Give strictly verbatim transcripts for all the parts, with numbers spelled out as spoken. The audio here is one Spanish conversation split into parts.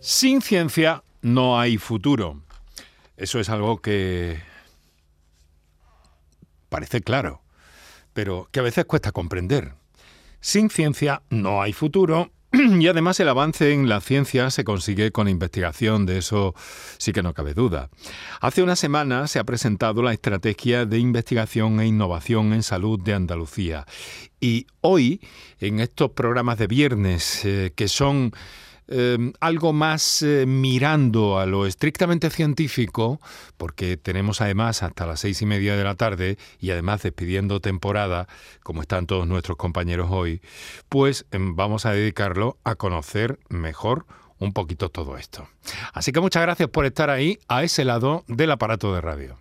Sin ciencia no hay futuro. Eso es algo que parece claro, pero que a veces cuesta comprender. Sin ciencia no hay futuro y además el avance en la ciencia se consigue con investigación, de eso sí que no cabe duda. Hace una semana se ha presentado la Estrategia de Investigación e Innovación en Salud de Andalucía y hoy, en estos programas de viernes eh, que son Eh, algo más eh, mirando a lo estrictamente científico, porque tenemos además hasta las seis y media de la tarde y además despidiendo temporada, como están todos nuestros compañeros hoy, pues eh, vamos a dedicarlo a conocer mejor un poquito todo esto. Así que muchas gracias por estar ahí, a ese lado del aparato de radio.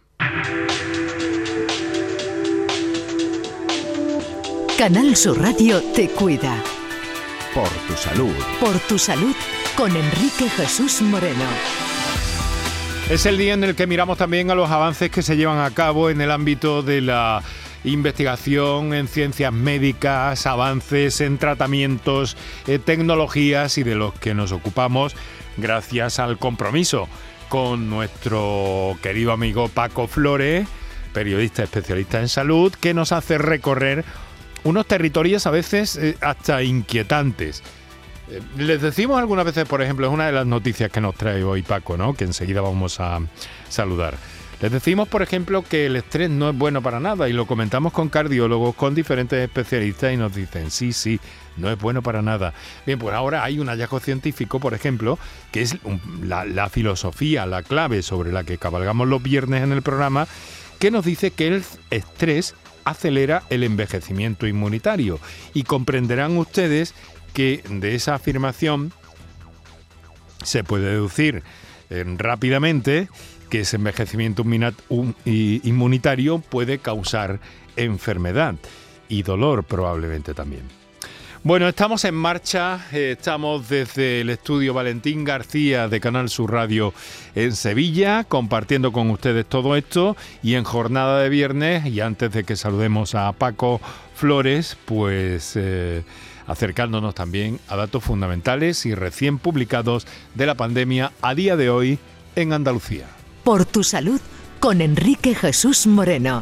Canal Sur Radio te cuida. Por tu salud. Por tu salud, con Enrique Jesús Moreno. Es el día en el que miramos también a los avances que se llevan a cabo en el ámbito de la investigación en ciencias médicas, avances en tratamientos, eh, tecnologías y de los que nos ocupamos gracias al compromiso con nuestro querido amigo Paco Flores, periodista especialista en salud, que nos hace recorrer unos territorios a veces eh, hasta inquietantes. Eh, les decimos algunas veces, por ejemplo, es una de las noticias que nos trae hoy Paco, ¿no?, que enseguida vamos a saludar. Les decimos, por ejemplo, que el estrés no es bueno para nada y lo comentamos con cardiólogos, con diferentes especialistas y nos dicen, sí, sí, no es bueno para nada. Bien, pues ahora hay un hallazgo científico, por ejemplo, que es un, la, la filosofía, la clave sobre la que cabalgamos los viernes en el programa, que nos dice que el estrés acelera el envejecimiento inmunitario. Y comprenderán ustedes que de esa afirmación se puede deducir eh, rápidamente que ese envejecimiento inmunitario puede causar enfermedad y dolor probablemente también. Bueno, estamos en marcha, eh, estamos desde el estudio Valentín García de Canal Sur Radio en Sevilla, compartiendo con ustedes todo esto y en jornada de viernes, y antes de que saludemos a Paco Flores, pues eh, acercándonos también a datos fundamentales y recién publicados de la pandemia a día de hoy en Andalucía. Por tu salud, con Enrique Jesús Moreno.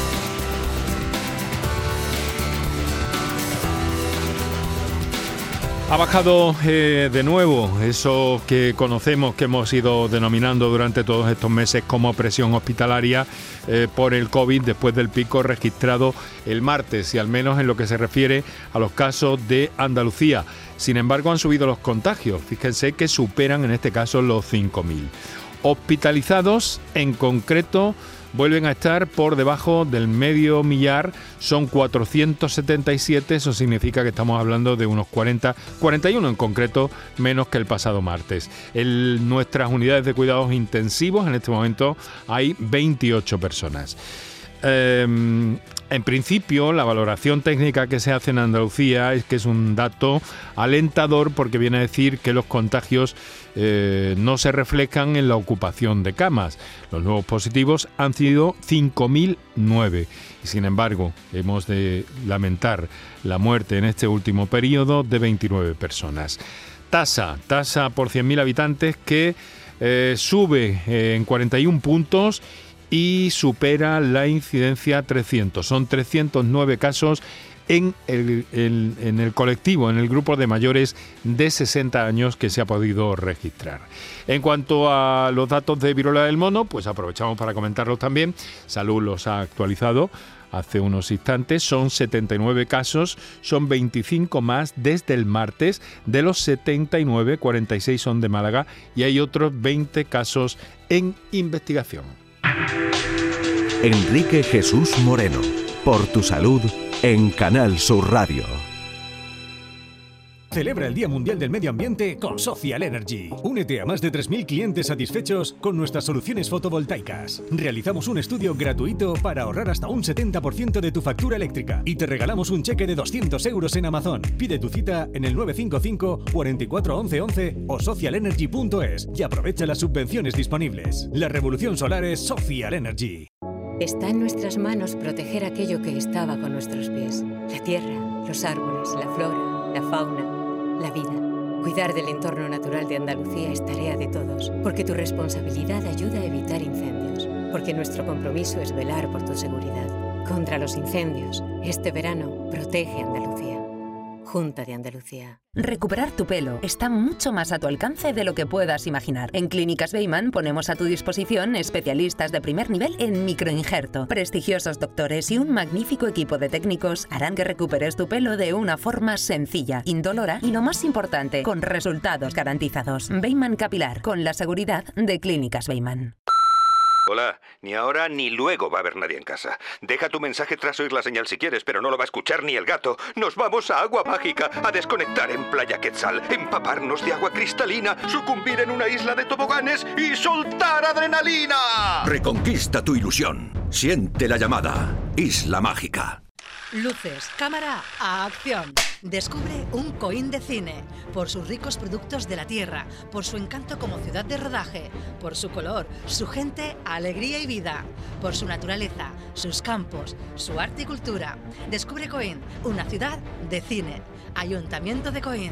Ha bajado eh, de nuevo eso que conocemos, que hemos ido denominando durante todos estos meses como presión hospitalaria eh, por el COVID, después del pico registrado el martes, y al menos en lo que se refiere a los casos de Andalucía. Sin embargo, han subido los contagios, fíjense que superan en este caso los cinco mil. Hospitalizados, en concreto, vuelven a estar por debajo del medio millar, son cuatrocientos setenta y siete, eso significa que estamos hablando de unos cuarenta, cuarenta y uno en concreto, menos que el pasado martes. En nuestras unidades de cuidados intensivos, en este momento, hay veintiocho personas. Eh, en principio, la valoración técnica que se hace en Andalucía es que es un dato alentador porque viene a decir que los contagios eh, no se reflejan en la ocupación de camas. Los nuevos positivos han sido cinco mil nueve y, sin embargo, hemos de lamentar la muerte en este último periodo de veintinueve personas. Tasa, tasa por cien mil habitantes que eh, sube eh, en cuarenta y uno puntos y supera la incidencia trescientos. Son trescientos nueve casos en el, el, en el colectivo, en el grupo de mayores de sesenta años que se ha podido registrar. En cuanto a los datos de viruela del mono, pues aprovechamos para comentarlos también. Salud los ha actualizado hace unos instantes. Son setenta y nueve casos, son veinticinco más desde el martes. De los setenta y nueve, cuarenta y seis son de Málaga y hay otros veinte casos en investigación. Enrique Jesús Moreno, por tu salud, en Canal Sur Radio. Celebra el Día Mundial del Medio Ambiente con Social Energy. Únete a más de tres mil clientes satisfechos con nuestras soluciones fotovoltaicas. Realizamos un estudio gratuito para ahorrar hasta un setenta por ciento de tu factura eléctrica y te regalamos un cheque de doscientos euros en Amazon. Pide tu cita en el nueve cinco cinco, cuatro cuatro, once once o social energy punto es y aprovecha las subvenciones disponibles. La revolución solar es Social Energy. Está en nuestras manos proteger aquello que estaba con nuestros pies. La tierra, los árboles, la flora, la fauna, la vida. Cuidar del entorno natural de Andalucía es tarea de todos, porque tu responsabilidad ayuda a evitar incendios, porque nuestro compromiso es velar por tu seguridad. Contra los incendios, este verano, protege Andalucía. Junta de Andalucía. Recuperar tu pelo está mucho más a tu alcance de lo que puedas imaginar. En Clínicas Beiman ponemos a tu disposición especialistas de primer nivel en microinjerto. Prestigiosos doctores y un magnífico equipo de técnicos harán que recuperes tu pelo de una forma sencilla, indolora y, lo más importante, con resultados garantizados. Beiman Capilar, con la seguridad de Clínicas Beiman. Hola, ni ahora ni luego va a haber nadie en casa. Deja tu mensaje tras oír la señal si quieres, pero no lo va a escuchar ni el gato. Nos vamos a Agua Mágica, a desconectar en Playa Quetzal, empaparnos de agua cristalina, sucumbir en una isla de toboganes y soltar adrenalina. Reconquista tu ilusión. Siente la llamada. Isla Mágica. Luces, cámara, a acción. Descubre un Coín de cine, por sus ricos productos de la tierra, por su encanto como ciudad de rodaje, por su color, su gente, alegría y vida, por su naturaleza, sus campos, su arte y cultura. Descubre Coín, una ciudad de cine. Ayuntamiento de Coín.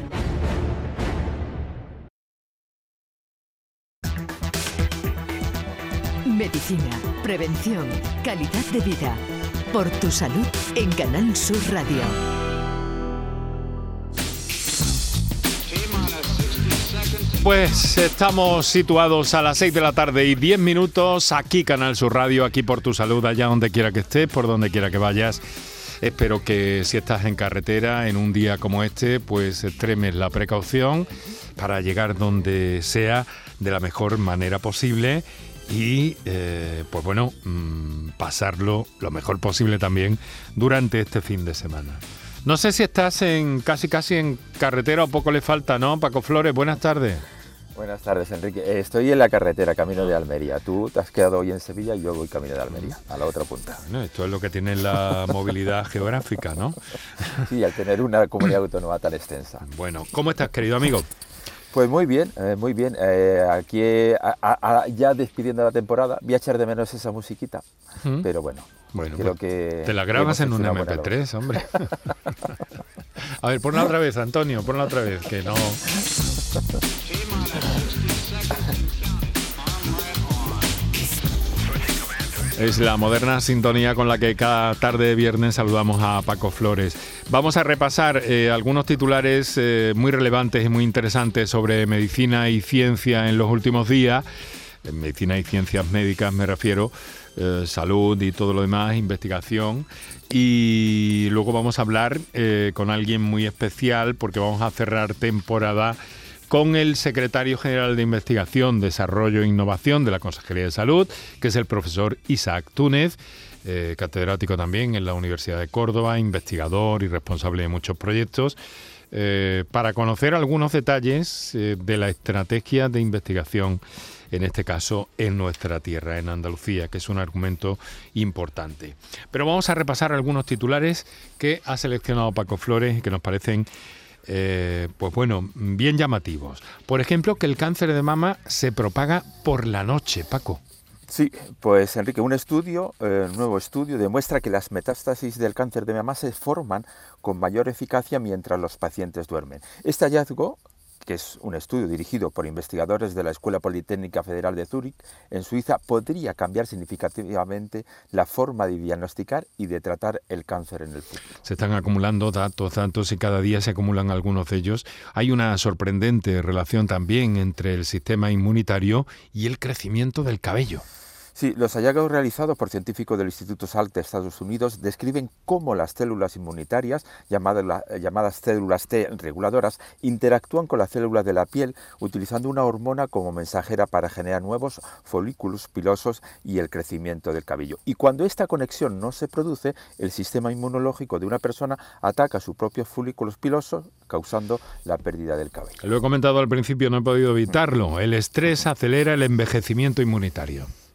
Medicina, prevención, calidad de vida. Por tu salud en Canal Sur Radio. Pues estamos situados a las seis de la tarde y diez minutos, aquí Canal Sur Radio, aquí por tu salud, allá donde quiera que estés, por donde quiera que vayas. Espero que si estás en carretera en un día como este, pues extremes la precaución para llegar donde sea de la mejor manera posible y, eh, pues bueno, mmm, pasarlo lo mejor posible también durante este fin de semana. No sé si estás en casi casi en carretera o poco le falta, ¿no? Paco Flores, buenas tardes. Buenas tardes, Enrique. Estoy en la carretera, camino de Almería. Tú te has quedado hoy en Sevilla y yo voy camino de Almería, a la otra punta. Bueno, esto es lo que tiene la movilidad geográfica, ¿no? Sí, al tener una comunidad autónoma tan extensa. Bueno, ¿cómo estás, querido amigo? Pues muy bien, eh, muy bien. Eh, aquí a, a, a, ya despidiendo la temporada, voy a echar de menos esa musiquita, ¿Mm? pero bueno, bueno creo pues que... Te la grabas en un eme pe tres, hombre. A ver, ponla otra vez, Antonio, ponla otra vez, que no... Es la moderna sintonía con la que cada tarde de viernes saludamos a Paco Flores. Vamos a repasar eh, algunos titulares eh, muy relevantes y muy interesantes sobre medicina y ciencia en los últimos días. En medicina y ciencias médicas me refiero, eh, salud y todo lo demás, investigación. Y luego vamos a hablar eh, con alguien muy especial porque vamos a cerrar temporada con el secretario general de Investigación, Desarrollo e Innovación de la Consejería de Salud, que es el profesor Isaac Túnez, eh, catedrático también en la Universidad de Córdoba, investigador y responsable de muchos proyectos, eh, para conocer algunos detalles eh, de la estrategia de investigación, en este caso en nuestra tierra, en Andalucía, que es un argumento importante. Pero vamos a repasar algunos titulares que ha seleccionado Paco Flores y que nos parecen Eh, pues bueno, bien llamativos. Por ejemplo, que el cáncer de mama se propaga por la noche, Paco. Sí, pues Enrique, un estudio, eh, un nuevo estudio demuestra que las metástasis del cáncer de mama se forman con mayor eficacia mientras los pacientes duermen. Este hallazgo, que es un estudio dirigido por investigadores de la Escuela Politécnica Federal de Zúrich, en Suiza, podría cambiar significativamente la forma de diagnosticar y de tratar el cáncer en el futuro. Se están acumulando datos, datos y cada día se acumulan algunos de ellos. Hay una sorprendente relación también entre el sistema inmunitario y el crecimiento del cabello. Sí, los hallazgos realizados por científicos del Instituto Salk de Estados Unidos describen cómo las células inmunitarias, llamadas, llamadas células T reguladoras, interactúan con las células de la piel utilizando una hormona como mensajera para generar nuevos folículos pilosos y el crecimiento del cabello. Y cuando esta conexión no se produce, el sistema inmunológico de una persona ataca sus propios folículos pilosos, causando la pérdida del cabello. Lo he comentado al principio, no he podido evitarlo. El estrés acelera el envejecimiento inmunitario.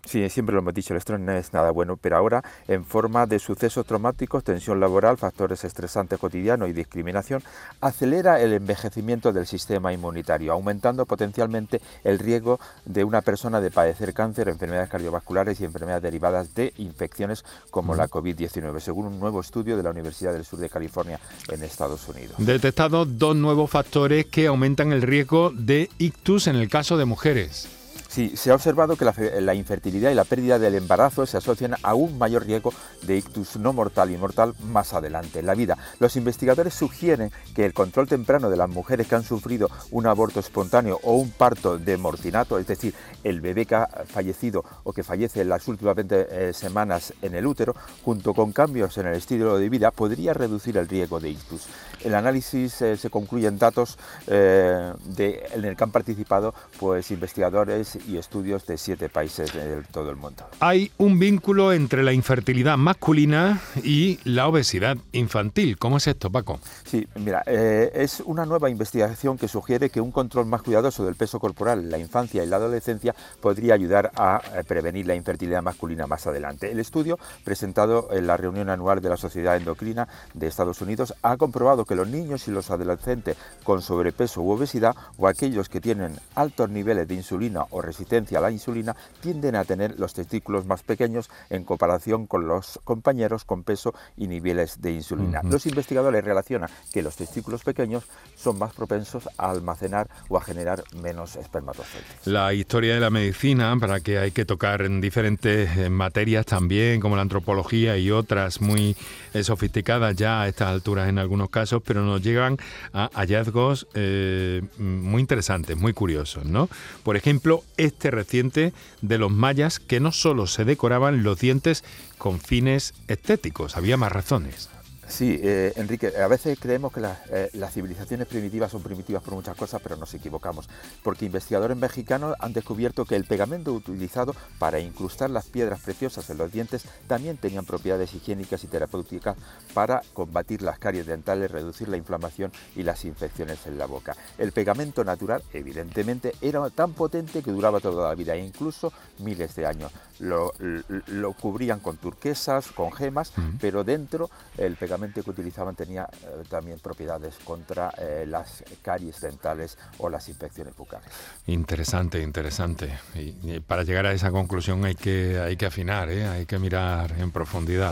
Sí, siempre lo hemos dicho, el estrés no es nada bueno, pero ahora en forma de sucesos traumáticos, tensión laboral, factores estresantes cotidianos y discriminación, acelera el envejecimiento del sistema inmunitario, aumentando potencialmente el riesgo de una persona de padecer cáncer, enfermedades cardiovasculares y enfermedades derivadas de infecciones como la COVID diecinueve, según un nuevo estudio de la Universidad del Sur de California en Estados Unidos. Detectados dos nuevos factores que aumentan el riesgo de ictus en el caso de mujeres. Sí, se ha observado que la, la infertilidad y la pérdida del embarazo se asocian a un mayor riesgo de ictus no mortal y mortal más adelante en la vida. Los investigadores sugieren que el control temprano de las mujeres que han sufrido un aborto espontáneo o un parto de morcinato, es decir, el bebé que ha fallecido o que fallece en las últimas veinte eh, semanas en el útero, junto con cambios en el estilo de vida, podría reducir el riesgo de ictus. El análisis eh, se concluyen datos eh, de, en el que han participado pues, investigadores y estudios de siete países de todo el mundo. Hay un vínculo entre la infertilidad masculina y la obesidad infantil. ¿Cómo es esto, Paco? Sí, mira, eh, es una nueva investigación que sugiere que un control más cuidadoso del peso corporal en la infancia y la adolescencia podría ayudar a prevenir la infertilidad masculina más adelante. El estudio, presentado en la reunión anual de la Sociedad Endocrina de Estados Unidos, ha comprobado que los niños y los adolescentes con sobrepeso u obesidad o aquellos que tienen altos niveles de insulina o resistencia a la insulina tienden a tener los testículos más pequeños en comparación con los compañeros con peso y niveles de insulina. Uh-huh. Los investigadores relacionan que los testículos pequeños son más propensos a almacenar o a generar menos espermatozoides. La historia de la medicina, para que hay que tocar en diferentes materias también, como la antropología y otras muy eh, sofisticadas ya a estas alturas en algunos casos, pero nos llegan a hallazgos eh, muy interesantes, muy curiosos, ¿no? Por ejemplo, este reciente de los mayas, que no solo se decoraban los dientes con fines estéticos, había más razones. Sí, eh, Enrique, a veces creemos que la, eh, las civilizaciones primitivas son primitivas por muchas cosas, pero nos equivocamos, porque investigadores mexicanos han descubierto que el pegamento utilizado para incrustar las piedras preciosas en los dientes también tenían propiedades higiénicas y terapéuticas para combatir las caries dentales, reducir la inflamación y las infecciones en la boca. El pegamento natural, evidentemente, era tan potente que duraba toda la vida e incluso miles de años. Lo, lo, lo cubrían con turquesas, con gemas, uh-huh. pero dentro el pegamento que utilizaban tenía eh, también propiedades contra eh, las caries dentales o las infecciones bucales. Interesante, interesante. Y, y para llegar a esa conclusión hay que, hay que afinar, ¿eh? Hay que mirar en profundidad.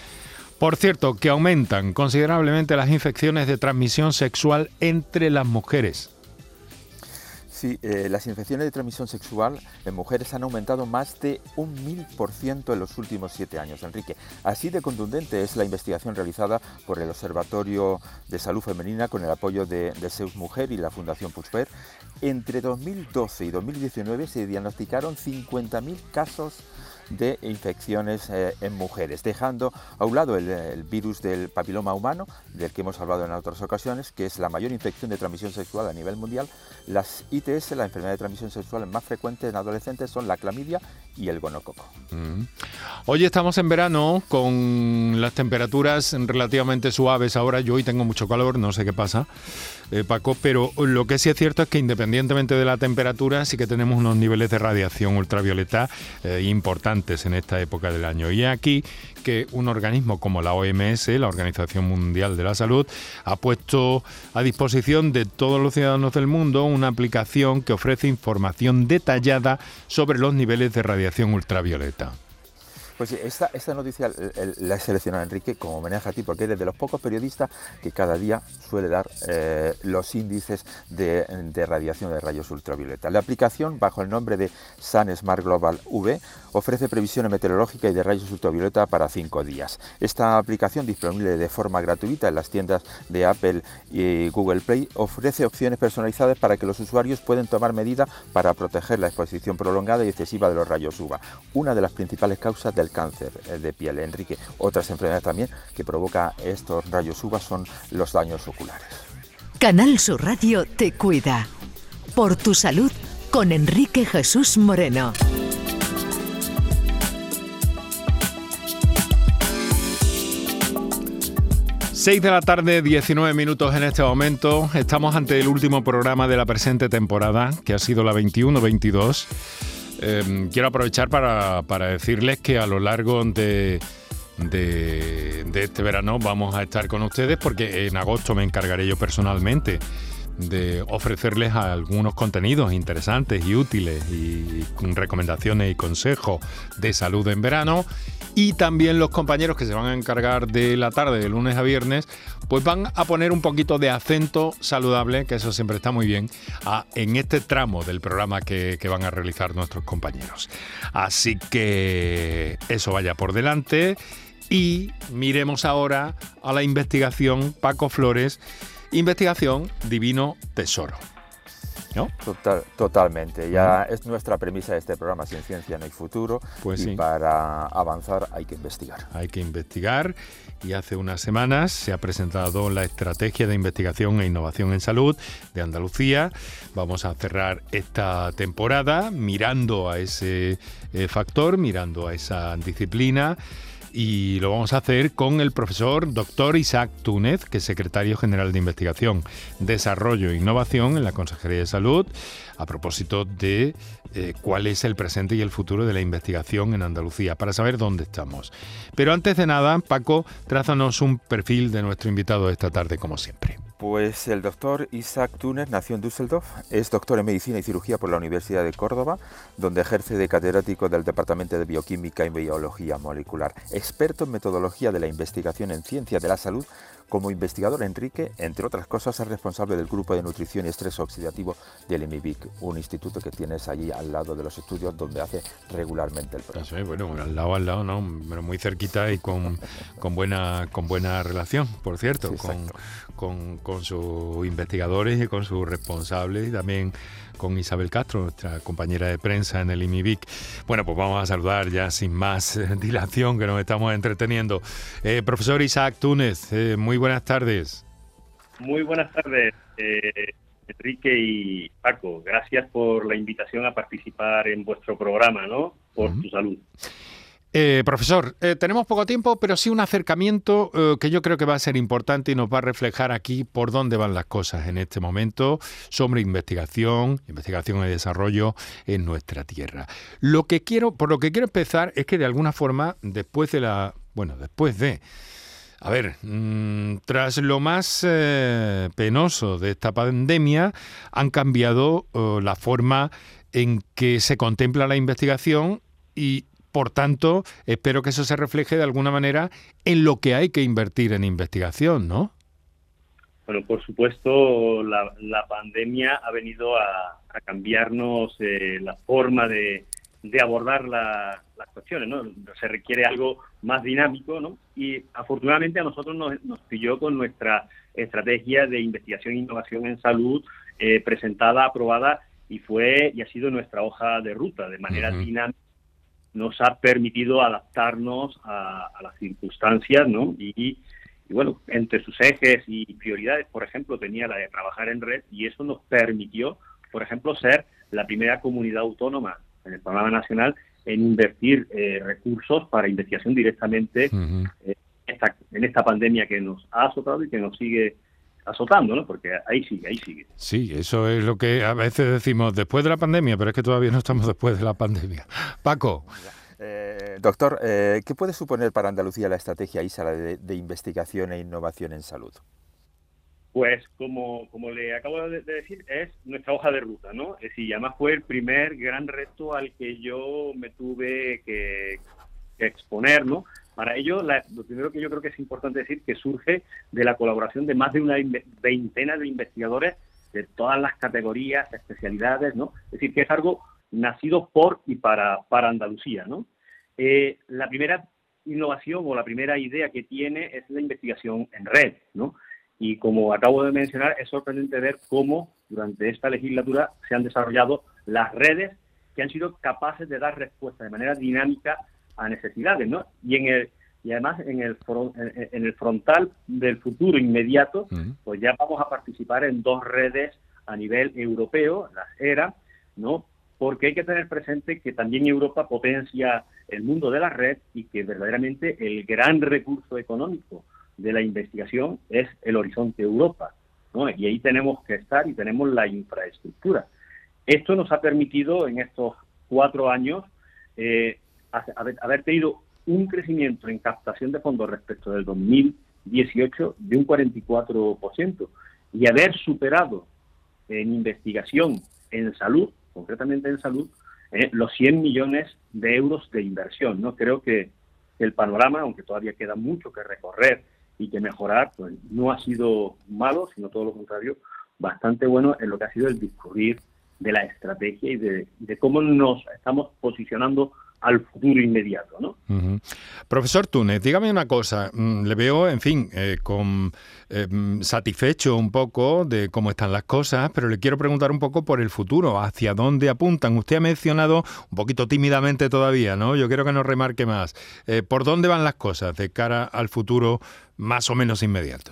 Por cierto, que aumentan considerablemente las infecciones de transmisión sexual entre las mujeres. Sí, eh, las infecciones de transmisión sexual en mujeres han aumentado más de un mil por ciento en los últimos siete años, Enrique. Así de contundente es la investigación realizada por el Observatorio de Salud Femenina con el apoyo de, de Seus Mujer y la Fundación Puigverd. Entre dos mil doce y dos mil diecinueve se diagnosticaron cincuenta mil casos de infecciones eh, en mujeres, dejando a un lado el, el virus del papiloma humano, del que hemos hablado en otras ocasiones, que es la mayor infección de transmisión sexual a nivel mundial. Las I T S, la enfermedad de transmisión sexual más frecuente en adolescentes, son la clamidia y el gonococo. Mm. Hoy estamos en verano con las temperaturas relativamente suaves. Ahora yo hoy tengo mucho calor, no sé qué pasa, eh, Paco, pero lo que sí es cierto es que independientemente de la temperatura sí que tenemos unos niveles de radiación ultravioleta eh, importantes en esta época del año. Y aquí que un organismo como la O M S, la Organización Mundial de la Salud, ha puesto a disposición de todos los ciudadanos del mundo una aplicación que ofrece información detallada sobre los niveles de radiación ultravioleta. Pues esta, esta noticia la he seleccionado, Enrique, como homenaje a ti, porque eres de los pocos periodistas que cada día suele dar eh, los índices de, de radiación de rayos ultravioleta. La aplicación, bajo el nombre de Sun Smart Global V, ofrece previsiones meteorológicas y de rayos ultravioleta para cinco días. Esta aplicación, disponible de forma gratuita en las tiendas de Apple y Google Play, ofrece opciones personalizadas para que los usuarios puedan tomar medidas para proteger la exposición prolongada y excesiva de los rayos U V A, una de las principales causas del cáncer de piel, Enrique. Otras enfermedades también que provoca estos rayos U V A son los daños oculares. Canal Sur Radio te cuida. Por tu salud, con Enrique Jesús Moreno. seis de la tarde, diecinueve minutos en este momento. Estamos ante el último programa de la presente temporada, que ha sido la veintiuno veintidós. eh, quiero aprovechar para, para decirles que a lo largo de, de, de este verano vamos a estar con ustedes, porque en agosto me encargaré yo personalmente de ofrecerles algunos contenidos interesantes y útiles y con recomendaciones y consejos de salud en verano. Y también los compañeros que se van a encargar de la tarde, de lunes a viernes, pues van a poner un poquito de acento saludable, que eso siempre está muy bien, a, en este tramo del programa que, que van a realizar nuestros compañeros. Así que eso vaya por delante y miremos ahora a la investigación Paco Flores, investigación Divino Tesoro, ¿no? Total, totalmente. Ya uh-huh. es nuestra premisa de este programa, Sin Ciencia no hay futuro. Pues y sí. Para avanzar hay que investigar. Hay que investigar y hace unas semanas se ha presentado la Estrategia de Investigación e Innovación en Salud de Andalucía. Vamos a cerrar esta temporada mirando a ese eh, factor, mirando a esa disciplina. Y lo vamos a hacer con el profesor doctor Isaac Túnez, que es secretario general de Investigación, Desarrollo e Innovación en la Consejería de Salud, a propósito de eh, cuál es el presente y el futuro de la investigación en Andalucía, para saber dónde estamos. Pero antes de nada, Paco, trázanos un perfil de nuestro invitado de esta tarde, como siempre. Pues el doctor Isaac Túnez nació en Düsseldorf, es doctor en Medicina y Cirugía por la Universidad de Córdoba, donde ejerce de catedrático del Departamento de Bioquímica y Biología Molecular, experto en metodología de la investigación en ciencia de la salud. Como investigador, Enrique, entre otras cosas, es responsable del Grupo de Nutrición y Estrés Oxidativo del I M I B I C, un instituto que tienes allí al lado de los estudios donde hace regularmente el programa. Sí, bueno, al lado, al lado, no, pero muy cerquita y con, con, buena, con buena relación, por cierto, sí, con, con, con sus investigadores y con sus responsables, y también con Isabel Castro, nuestra compañera de prensa en el I M I B I C. Bueno, pues vamos a saludar ya sin más eh, dilación, que nos estamos entreteniendo. Eh, profesor Isaac Túnez, eh, muy buenas tardes. Muy buenas tardes, eh, Enrique y Paco. Gracias por la invitación a participar en vuestro programa, ¿no? Por uh-huh. tu salud. Eh, profesor, eh, tenemos poco tiempo, pero sí un acercamiento eh, que yo creo que va a ser importante y nos va a reflejar aquí por dónde van las cosas en este momento sobre investigación, investigación y desarrollo en nuestra tierra. Lo que quiero, por lo que quiero empezar es que de alguna forma, después de la, bueno, después de, a ver, mmm, tras lo más eh, penoso de esta pandemia, han cambiado eh, la forma en que se contempla la investigación y por tanto, espero que eso se refleje de alguna manera en lo que hay que invertir en investigación, ¿no? Bueno, por supuesto, la, la pandemia ha venido a, a cambiarnos eh, la forma de, de abordar la, las cuestiones, ¿no? Se requiere algo más dinámico, ¿no? Y afortunadamente a nosotros nos, nos pilló con nuestra estrategia de investigación e innovación en salud eh, presentada, aprobada, y fue y ha sido nuestra hoja de ruta, de manera uh-huh. dinámica. Nos ha permitido adaptarnos a, a las circunstancias, ¿no? Y, y bueno, entre sus ejes y prioridades, por ejemplo, tenía la de trabajar en red, y eso nos permitió, por ejemplo, ser la primera comunidad autónoma en el programa nacional en invertir eh, recursos para investigación directamente uh-huh. eh, esta, en esta pandemia que nos ha azotado y que nos sigue azotando, ¿no? Porque ahí sigue, ahí sigue. Sí, eso es lo que a veces decimos después de la pandemia, pero es que todavía no estamos después de la pandemia. Paco. Eh, doctor, eh, ¿qué puede suponer para Andalucía la estrategia I S A de, de investigación e innovación en salud? Pues como, como le acabo de decir, es nuestra hoja de ruta, ¿no? Es decir, además fue el primer gran reto al que yo me tuve que, que exponer, ¿no? Para ello, la, lo primero que yo creo que es importante decir que surge de la colaboración de más de una veintena de investigadores de todas las categorías, especialidades, ¿no? Es decir, que es algo nacido por y para, para Andalucía, ¿no? Eh, la primera innovación o la primera idea que tiene es la investigación en red, ¿no? Y como acabo de mencionar, es sorprendente ver cómo durante esta legislatura se han desarrollado las redes que han sido capaces de dar respuesta de manera dinámica a necesidades, ¿no? Y en el y además en el en el frontal del futuro inmediato, uh-huh. pues ya vamos a participar en dos redes a nivel europeo, las ERA, ¿no? Porque hay que tener presente que también Europa potencia el mundo de la red y que verdaderamente el gran recurso económico de la investigación es el horizonte Europa, ¿no? Y ahí tenemos que estar y tenemos la infraestructura. Esto nos ha permitido en estos cuatro años, eh, haber, haber tenido un crecimiento en captación de fondos respecto del dos mil dieciocho de un cuarenta y cuatro por ciento y haber superado en investigación, en salud, concretamente en salud, eh, los cien millones de euros de inversión, ¿no? Creo que el panorama, aunque todavía queda mucho que recorrer y que mejorar, pues no ha sido malo, sino todo lo contrario, bastante bueno en lo que ha sido el discurrir de la estrategia y de, de cómo nos estamos posicionando al futuro inmediato, ¿no? Uh-huh. Profesor Túnez, dígame una cosa, le veo, en fin, eh, con eh, satisfecho un poco de cómo están las cosas, pero le quiero preguntar un poco por el futuro, hacia dónde apuntan. Usted ha mencionado, un poquito tímidamente todavía, ¿no? Yo quiero que nos remarque más, eh, ¿por dónde van las cosas de cara al futuro más o menos inmediato?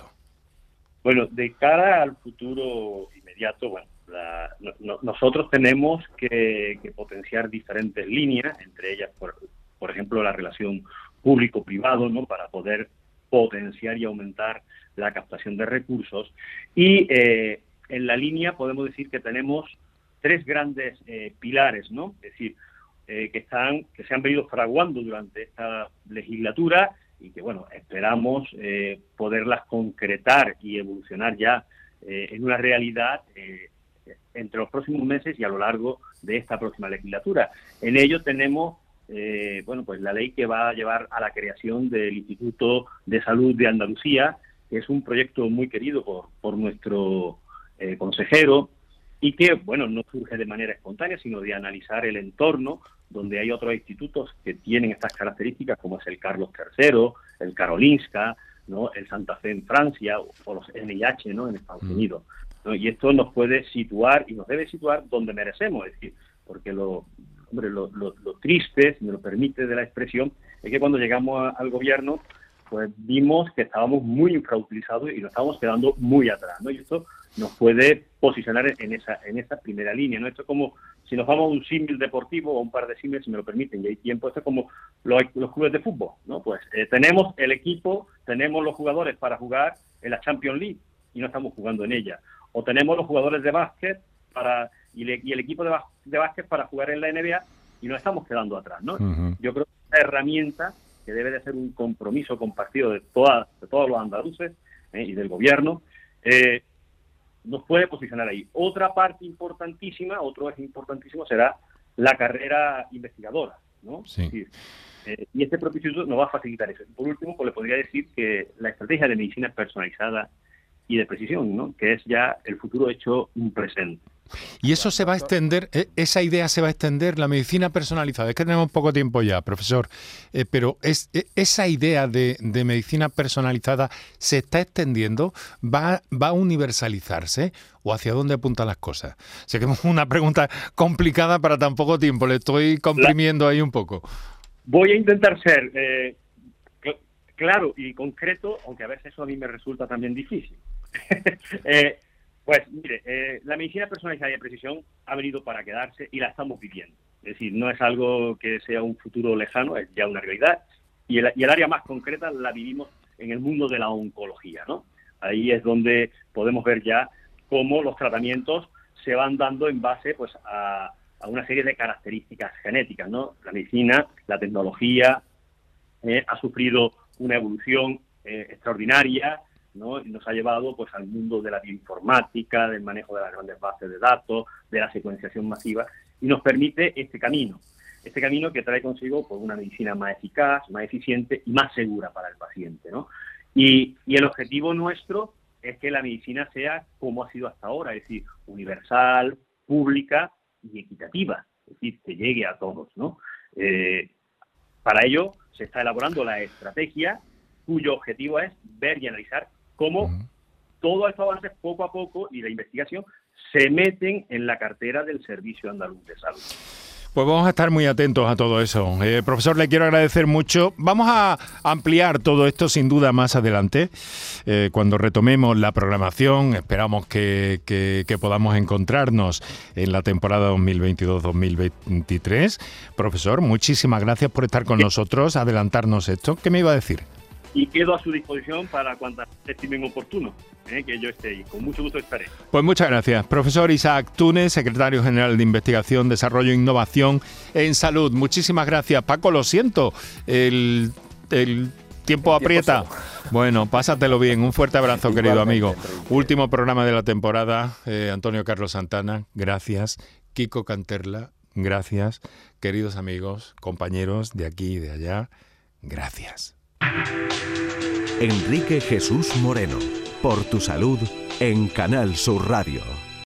Bueno, de cara al futuro inmediato, bueno, La, no, nosotros tenemos que, que potenciar diferentes líneas, entre ellas, por, por ejemplo, la relación público-privado, ¿no? Para poder potenciar y aumentar la captación de recursos. Y eh, en la línea podemos decir que tenemos tres grandes eh, pilares, ¿no? Es decir, eh, que están que se han venido fraguando durante esta legislatura y que, bueno, esperamos eh, poderlas concretar y evolucionar ya eh, en una realidad eh, entre los próximos meses y a lo largo de esta próxima legislatura. En ello tenemos eh, bueno, pues la ley que va a llevar a la creación del Instituto de Salud de Andalucía, que es un proyecto muy querido por, por nuestro eh, consejero y que, bueno, no surge de manera espontánea, sino de analizar el entorno donde hay otros institutos que tienen estas características, como es el Carlos tercero, el Karolinska, ¿no? El Santa Fe en Francia o, o los N I H, ¿no? En Estados Unidos. ¿No? Y esto nos puede situar y nos debe situar donde merecemos, es decir, porque lo, hombre, lo, lo, lo triste, si me lo permite de la expresión, es que cuando llegamos a, al gobierno, pues vimos que estábamos muy infrautilizados y nos estábamos quedando muy atrás, ¿no? Y esto nos puede posicionar en esa en esa primera línea, ¿no? Esto es como si nos vamos a un símil deportivo o un par de símiles, si me lo permiten, y hay tiempo, esto es como los, los clubes de fútbol, ¿no? Pues eh, tenemos el equipo, tenemos los jugadores para jugar en la Champions League y no estamos jugando en ella. O tenemos los jugadores de básquet para y, le, y el equipo de, de básquet para jugar en la N B A y nos estamos quedando atrás, ¿no? Uh-huh. Yo creo que esta herramienta, que debe de ser un compromiso compartido de, toda, de todos los andaluces eh, y del gobierno, eh, nos puede posicionar ahí. Otra parte importantísima, otro eje importantísimo será la carrera investigadora, ¿no? Sí. Es decir, eh, y este propio instituto nos va a facilitar eso. Por último, pues le podría decir que la estrategia de medicina personalizada y de precisión, ¿no? Que es ya el futuro hecho un presente. Y eso se va a extender, esa idea se va a extender, la medicina personalizada. Es que tenemos poco tiempo ya, profesor, eh, pero es, esa idea de, de medicina personalizada se está extendiendo, va, va a universalizarse, o hacia dónde apuntan las cosas. Sé que es una pregunta complicada para tan poco tiempo, le estoy comprimiendo la... ahí un poco. Voy a intentar ser eh, cl- claro y concreto, aunque a veces eso a mí me resulta también difícil. eh, Pues mire, eh, la medicina personalizada y de precisión ha venido para quedarse y la estamos viviendo. Es decir, no es algo que sea un futuro lejano, es ya una realidad. Y el, y el área más concreta la vivimos en el mundo de la oncología, ¿no? Ahí es donde podemos ver ya cómo los tratamientos se van dando en base, pues, a, a una serie de características genéticas, ¿no? La medicina, la tecnología, eh, ha sufrido una evolución eh, extraordinaria, ¿no? Y nos ha llevado, pues, al mundo de la bioinformática, del manejo de las grandes bases de datos, de la secuenciación masiva, y nos permite este camino, este camino que trae consigo, pues, una medicina más eficaz, más eficiente y más segura para el paciente, ¿no? Y, y el objetivo nuestro es que la medicina sea como ha sido hasta ahora, es decir, universal, pública y equitativa, es decir, que llegue a todos, ¿no? Eh, para ello se está elaborando la estrategia, cuyo objetivo es ver y analizar cómo uh-huh. todos estos avances poco a poco y la investigación se meten en la cartera del Servicio Andaluz de Salud. Pues vamos a estar muy atentos a todo eso. Eh, profesor, le quiero agradecer mucho. Vamos a ampliar todo esto sin duda más adelante, eh, cuando retomemos la programación. Esperamos que, que, que podamos encontrarnos en la temporada dos mil veintidós dos mil veintitrés. Profesor, muchísimas gracias por estar con nosotros, adelantarnos esto. ¿Qué me iba a decir? y quedo a su disposición para cuantas estimen oportuno, ¿eh? que yo esté ahí. Con mucho gusto estaré. Pues muchas gracias. Profesor Isaac Túnez, secretario general de Investigación, Desarrollo e Innovación en Salud. Muchísimas gracias. Paco, lo siento, el, el tiempo el aprieta. Tiempo bueno, pásatelo bien. Un fuerte abrazo, querido amigo. Enrique. Último programa de la temporada. Eh, Antonio Carlos Santana, gracias. Kiko Canterla, gracias. Queridos amigos, compañeros de aquí y de allá, gracias. Enrique Jesús Moreno, por tu salud, en Canal Sur Radio.